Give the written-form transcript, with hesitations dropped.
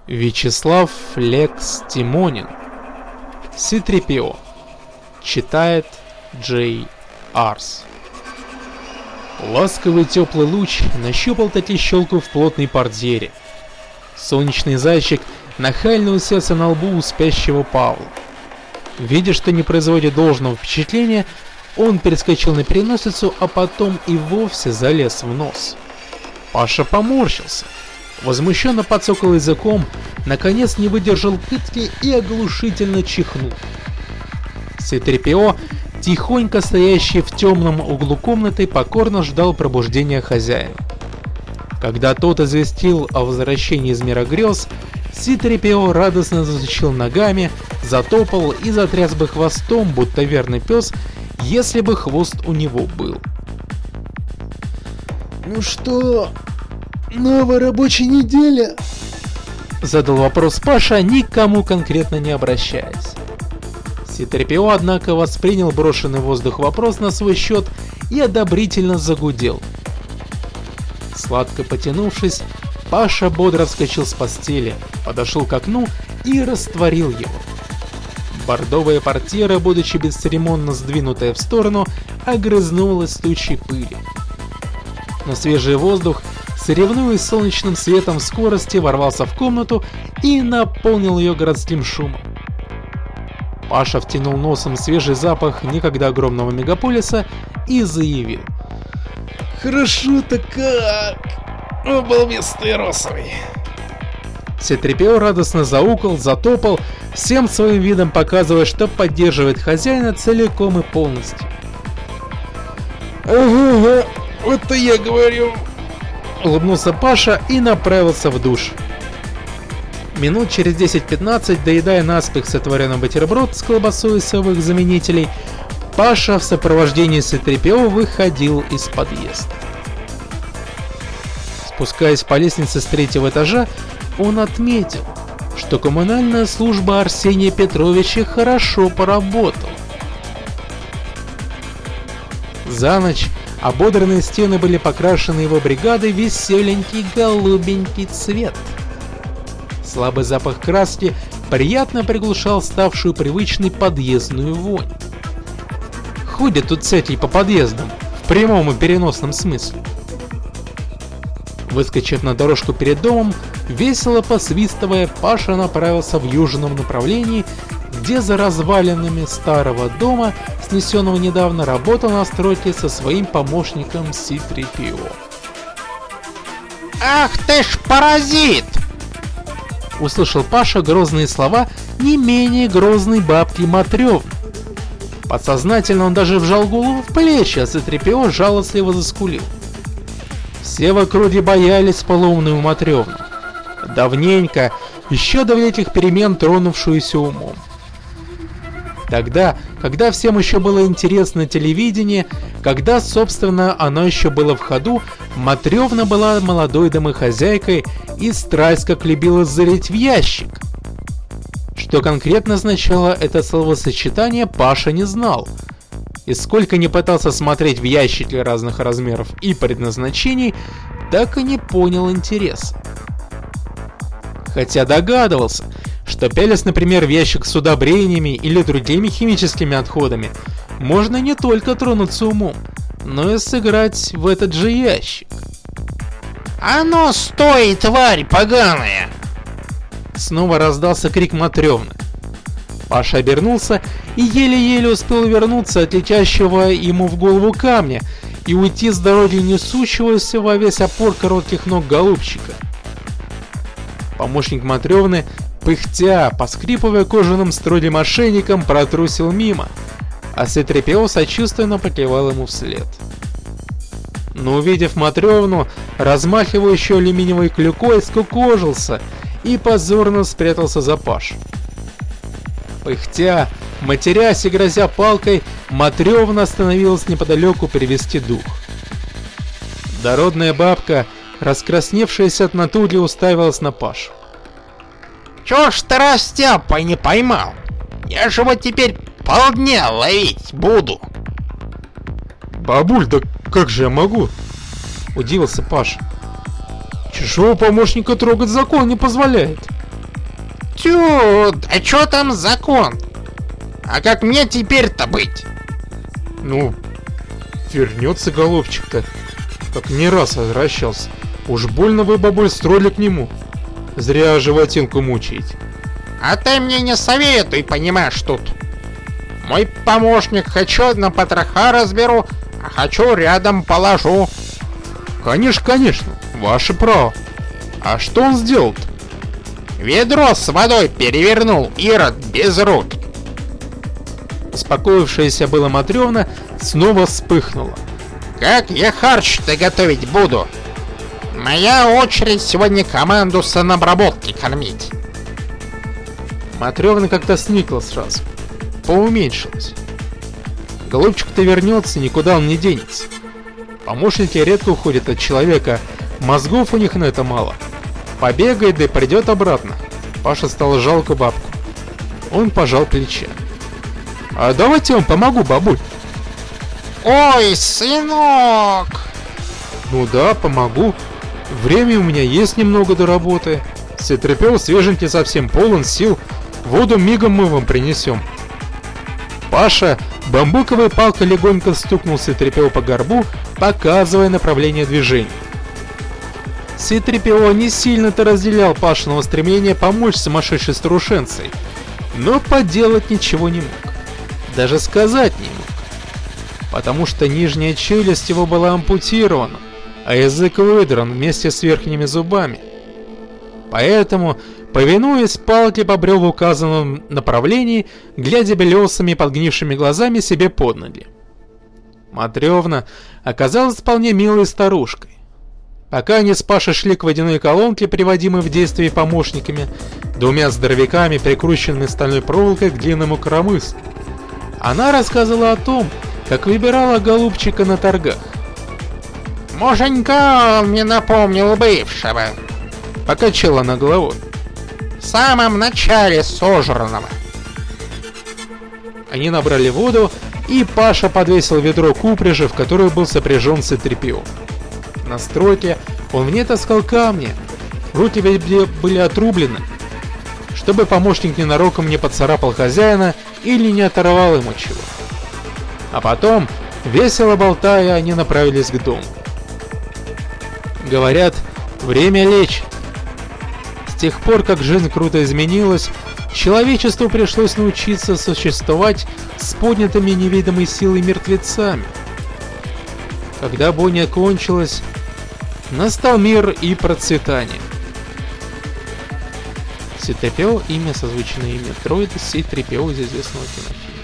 Вячеслав Лекс Тимонин. C-3PO. Читает Джей Арс. Ласковый теплый луч нащупал таки щелку в плотной портьере. Солнечный зайчик нахально уселся на лбу у спящего Павла. Видя, что не производит должного впечатления, он перескочил на переносицу, а потом и вовсе залез в нос. Паша поморщился, возмущенно подсокал языком, наконец не выдержал пытки и оглушительно чихнул. C-3PO, тихонько стоящий в темном углу комнаты, покорно ждал пробуждения хозяина. Когда тот известил о возвращении из мира грез, C-3PO радостно засучил ногами, затопал и затряс бы хвостом, будто верный пес, если бы хвост у него был. «Ну что, новая рабочая неделя?» Задал вопрос Паша, никому конкретно не обращаясь. C-3PO, однако, воспринял брошенный в воздух вопрос на свой счет и одобрительно загудел. Сладко потянувшись, Паша бодро вскочил с постели, подошел к окну и растворил его. Бордовая портьера, будучи бесцеремонно сдвинутая в сторону, огрызнулась тучей пыли. Но свежий воздух, соревнуясь с солнечным светом в скорости, ворвался в комнату и наполнил ее городским шумом. Паша втянул носом свежий запах некогда огромного мегаполиса и заявил: «Хорошо-то как! Обалмистый розовый!» C-3PO радостно заукал, затопал, всем своим видом показывая, что поддерживает хозяина целиком и полностью. «Ага, вот-то я говорю!» Улыбнулся Паша и направился в душ. Минут через 10-15, доедая наспех сотворенный бутерброд с колбасой и соевых заменителей, Паша в сопровождении C-3PO выходил из подъезда. Спускаясь по лестнице с 3-го этажа, он отметил, что коммунальная служба Арсения Петровича хорошо поработала. За ночь ободранные стены были покрашены его бригадой в веселенький голубенький цвет. Слабый запах краски приятно приглушал ставшую привычной подъездную вонь. Ходят тут цепи по подъездам, в прямом и переносном смысле. Выскочив на дорожку перед домом, весело посвистывая, Паша направился в южном направлении, где за развалинами старого дома, снесенного недавно, работал на стройке со своим помощником C-3PO. «Ах ты ж паразит!» Услышал Паша грозные слова не менее грозной бабки Матрёвны. Подсознательно он даже вжал голову в плечи, а C-3PO жалостливо заскулил. Все в округе боялись полоумную Матрёвну. Давненько, еще до великих перемен, тронувшуюся умом. Тогда, когда всем еще было интересно телевидение, когда, собственно, оно еще было в ходу, Матрёвна была молодой домохозяйкой и страсть как любила залезть в ящик. Что конкретно означало это словосочетание, Паша не знал. И сколько не пытался смотреть в ящики разных размеров и предназначений, так и не понял интереса. Хотя догадывался, что пялясь, например, в ящик с удобрениями или другими химическими отходами, можно не только тронуться умом, но и сыграть в этот же ящик. «А ну стой, тварь поганая!» Снова раздался крик Матрёвны. Паша обернулся и еле-еле успел вернуться от летящего ему в голову камня и уйти с дороги несущегося во весь опор коротких ног голубчика. Помощник Матрёвны, пыхтя, поскрипывая кожаным строгим мошенником, протрусил мимо, а C-3PO сочувственно покивал ему вслед. Но увидев Матрёвну, размахивающую алюминиевой клюкой, скукожился и позорно спрятался за Пашу. Пыхтя, матерясь и грозя палкой, Матрёвна остановилась неподалеку перевести дух. Дородная бабка, раскрасневшаяся от натуги, уставилась на Пашу. «Чё ж ты растяпой не поймал? Я же вот теперь полдня ловить буду!» «Бабуль, да как же я могу?» – удивился Паша. «Чужого помощника трогать закон не позволяет». Тю, а чё там закон? А как мне теперь-то быть? Ну, вернется голубчик-то, как не раз возвращался. Уж больно вы, бабуль, строили к нему. Зря животинку мучаете. А ты мне не советуй, понимаешь, тут. Мой помощник хочу на потроха разберу, а хочу рядом положу. Конечно, конечно, ваше право. А что он сделал-то? Ведро с водой перевернул, Ирод без руки. Успокоившаяся была Матрёвна снова вспыхнула. Как я харч-то готовить буду? Моя очередь сегодня команду санобработки кормить. Матрёвна как-то сникла сразу, поуменьшилась. Голубчик-то вернется, никуда он не денется. Помощники редко уходят от человека, мозгов у них на это мало. Побегает, да и придет обратно. Паша стало жалко бабку. Он пожал плечами. А давайте я вам помогу, бабуль. Ой, сынок! Ну да, помогу. Время у меня есть немного до работы. Ситрепел свеженький совсем, полон сил. Воду мигом мы вам принесем. Паша бамбуковой палкой легонько стукнул Ситрепел по горбу, показывая направление движения. Ситрепел не сильно-то разделял Пашиного стремления помочь сумасшедшей старушенце, но поделать ничего не мог. Даже сказать не мог. Потому что нижняя челюсть его была ампутирована, а язык выдран вместе с верхними зубами. Поэтому, повинуясь палке, побрел в указанном направлении, глядя белесыми подгнившими глазами себе под ноги. Матрёвна оказалась вполне милой старушкой. Пока они с Пашей шли к водяной колонке, приводимой в действие помощниками, двумя здоровяками, прикрученными стальной проволокой к длинному коромыслу, она рассказывала о том, как выбирала голубчика на торгах. Муженька мне напомнил бывшего. Покачала она головой. В самом начале сожранного. Они набрали воду, и Паша подвесил ведро к упряжи, в которую был сопряжен Ситрепел. На стройке он в ней таскал камни. Руки ведь были отрублены, чтобы помощник ненароком не поцарапал хозяина или не оторвал ему чего. А потом, весело болтая, они направились к дому. Говорят, время лечь. С тех пор, как жизнь круто изменилась, человечеству пришлось научиться существовать с поднятыми невидимой силой мертвецами. Когда бойня кончилась, настал мир и процветание. Ситрепел — имя, созвучное имя Троида Ситрепел из известного кинофильма.